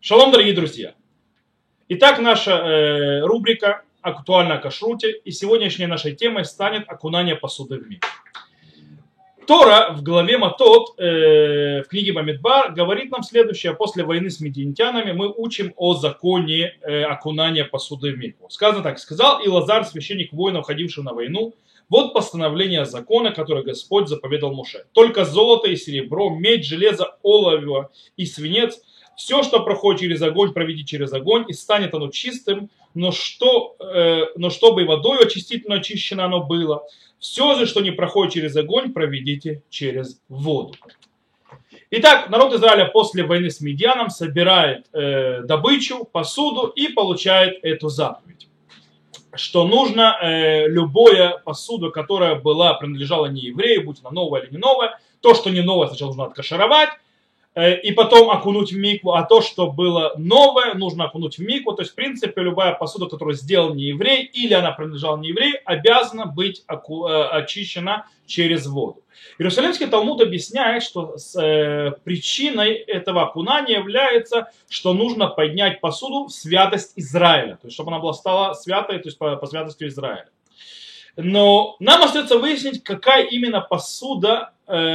Шалом, дорогие друзья! Итак, наша рубрика «Актуально о кашруте», и сегодняшней нашей темой станет окунание посуды в микву. Тора в главе Матот, в книге Бамидбар, говорит нам следующее. После войны с медиантянами мы учим о законе окунания посуды в микву. Сказано так: сказал Илазар, священник воина, уходивший на войну: вот постановление закона, которое Господь заповедал Моше. Только золото и серебро, медь, железо, олово и свинец, все, что проходит через огонь, проведи через огонь, и станет оно чистым, но чтобы и водой очистительно очищено оно было. Все же, что не проходит через огонь, проведите через воду. Итак, народ Израиля после войны с Медианом собирает добычу, посуду и получает эту заповедь. Что нужно любую посуду, которая принадлежала не еврею, будь она новая или не новая, то, что не новое, сначала нужно откашаровать, и потом окунуть в микву, а то, что было новое, нужно окунуть в микву. То есть, в принципе, любая посуда, которую сделал не еврей, или она принадлежала не еврею, обязана быть очищена через воду. Иерусалимский Талмуд объясняет, что причиной этого окунания является, что нужно поднять посуду в святость Израиля, то есть, чтобы она стала святой, то есть по святости Израиля. Но нам остается выяснить, какая именно посуда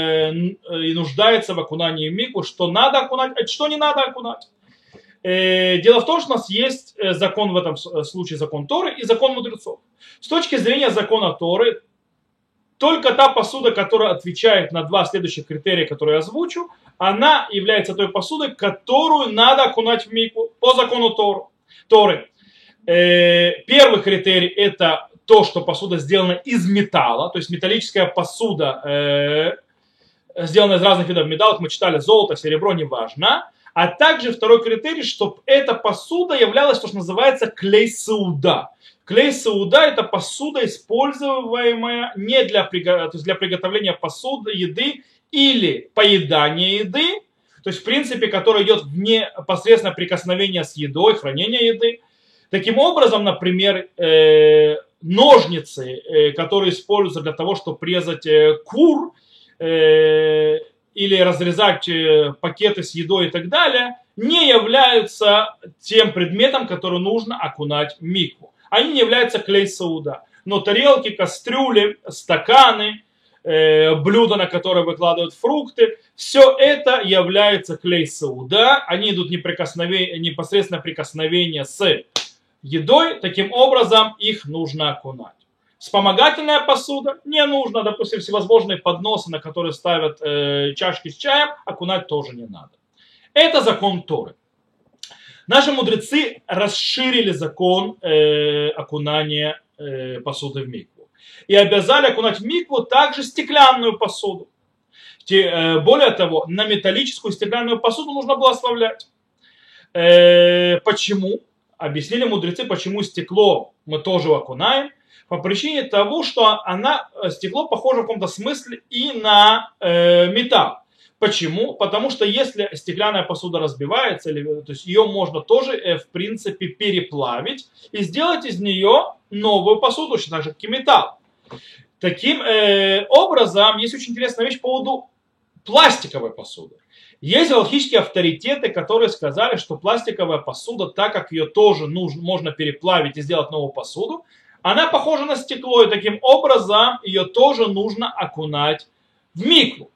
и нуждается в окунании в микву, что надо окунать, а что не надо окунать. Дело в том, что у нас есть закон, в этом случае закон Торы и закон мудрецов. С точки зрения закона Торы, только та посуда, которая отвечает на два следующих критерия, которые я озвучу, она является той посудой, которую надо окунать в микву по закону Торы. Первый критерий – это то, что посуда сделана из металла, то есть металлическая посуда, сделана из разных видов металлов, мы читали золото, серебро, неважно. А также второй критерий, чтобы эта посуда являлась то, что называется клей-сауда. Клей-сауда – это посуда, используемая не для приготовления посуды, еды или поедания еды, то есть в принципе, которая идет в непосредственное прикосновение с едой, хранение еды. Таким образом, например, ножницы, которые используются для того, чтобы резать кур или разрезать пакеты с едой и так далее, не являются тем предметом, который нужно окунать в микву. Они не являются клей-сауда. Но тарелки, кастрюли, стаканы, блюда, на которые выкладывают фрукты, все это является клей-сауда. Они идут непосредственное прикосновение с едой, таким образом их нужно окунать. Вспомогательная посуда не нужно, допустим, всевозможные подносы, на которые ставят чашки с чаем, окунать тоже не надо. Это закон Торы. Наши мудрецы расширили закон окунания посуды в микву и обязали окунать в микву также стеклянную посуду. Более того, на металлическую стеклянную посуду нужно благословлять. Почему? Объяснили мудрецы, почему стекло мы тоже окунаем. По причине того, что стекло похоже в каком-то смысле и на металл. Почему? Потому что если стеклянная посуда разбивается, то есть ее можно тоже в принципе переплавить и сделать из нее новую посуду, точно так же, как и металл. Таким образом, есть очень интересная вещь по поводу пластиковой посуды. Есть галахические авторитеты, которые сказали, что пластиковая посуда, так как ее тоже можно переплавить и сделать новую посуду, она похожа на стекло, и таким образом ее тоже нужно окунать в микву.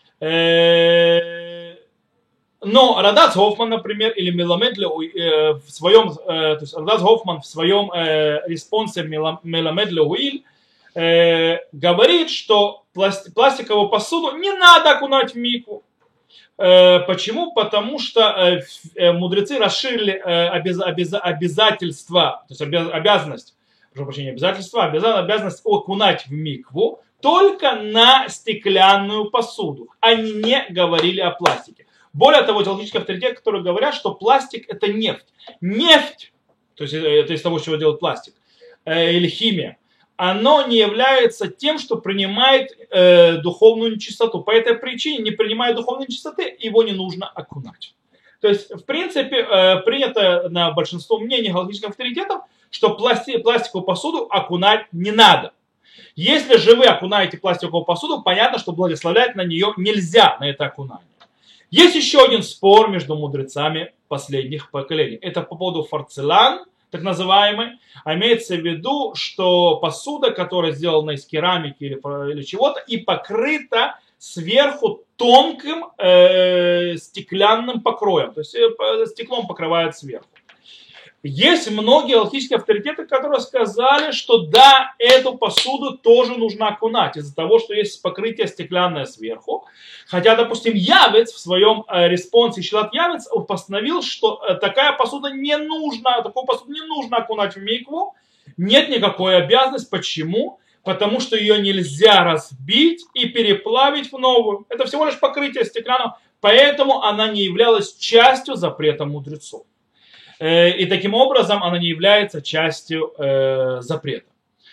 Но Радац Гофман, например, или Меламед в своем, то есть Радац Гофман в своем респонсе Меламед Леуиль говорит, что пластиковую посуду не надо окунать в микву. Почему? Потому что мудрецы расширили обязательство, то есть обязанность, прошу прощения, обязанность окунать в микву только на стеклянную посуду. Они не говорили о пластике. Более того, теологические авторитеты, которые говорят, что пластик это нефть. Нефть, то есть это из того, с чего делают пластик, или химия, оно не является тем, что принимает духовную нечистоту. По этой причине, не принимая духовной нечистоты, его не нужно окунать. То есть, в принципе, принято на большинство мнений галахических авторитетов, что пластиковую посуду окунать не надо. Если же вы окунаете пластиковую посуду, понятно, что благословлять на нее нельзя, на это окунание. Есть еще один спор между мудрецами последних поколений. Это по поводу форцелан, так называемый, а имеется в виду, что посуда, которая сделана из керамики или чего-то, и покрыта сверху тонким стеклянным покроем, то есть стеклом покрывает сверху. Есть многие галактические авторитеты, которые сказали, что да, эту посуду тоже нужно окунать из-за того, что есть покрытие стеклянное сверху. Хотя, допустим, Явец в своем респонсе, Шилат Явец, постановил, что такая посуда не нужна, такую посуду не нужно окунать в микву. Нет никакой обязанности. Почему? Потому что ее нельзя разбить и переплавить в новую. Это всего лишь покрытие стеклянного, поэтому она не являлась частью запрета мудрецов. И таким образом она не является частью запрета.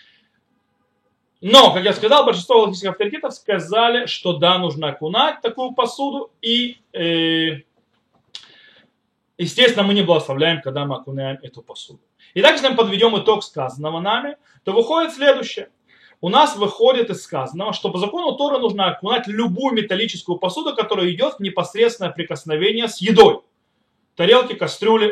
Но, как я сказал, большинство галактических авторитетов сказали, что да, нужно окунать такую посуду. И, естественно, мы не благословляем, когда мы окунаем эту посуду. Итак, если мы подведем итог сказанного нами, то выходит следующее. У нас выходит из сказанного, что по закону Торы нужно окунать любую металлическую посуду, которая идет в непосредственное прикосновение с едой. Тарелки, кастрюли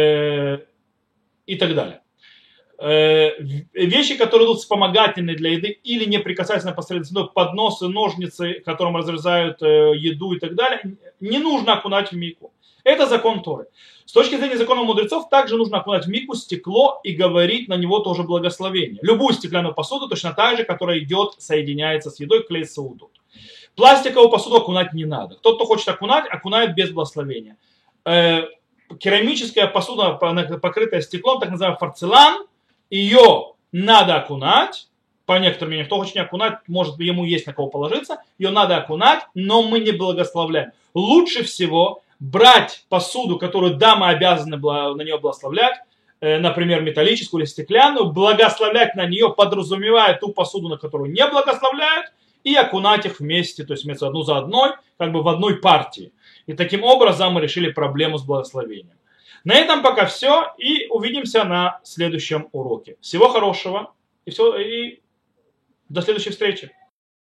и так далее. Вещи, которые идут вспомогательные для еды или не прикасаются непосредственно, подносы, ножницы, которым разрезают еду и так далее, не нужно окунать в микву. Это закон Торы. С точки зрения закона мудрецов, также нужно окунать в микву стекло и говорить на него тоже благословение. Любую стеклянную посуду, точно так же, которая идет, соединяется с едой, клей саудот. Пластиковую посуду окунать не надо. Тот, кто хочет окунать, окунает без благословения. Керамическая посуда, покрытая стеклом, так называемый форцелан, ее надо окунать. По некоторым мнениям, кто хочет не окунать, может ему есть на кого положиться. Ее надо окунать, но мы не благословляем. Лучше всего брать посуду, которую да, мы обязаны на нее благословлять, например, металлическую или стеклянную, благословлять на нее, подразумевая ту посуду, на которую не благословляют, и окунать их вместе, то есть вместе одну за одной, как бы в одной партии. И таким образом мы решили проблему с благословением. На этом пока все, и увидимся на следующем уроке. Всего хорошего, и до следующей встречи.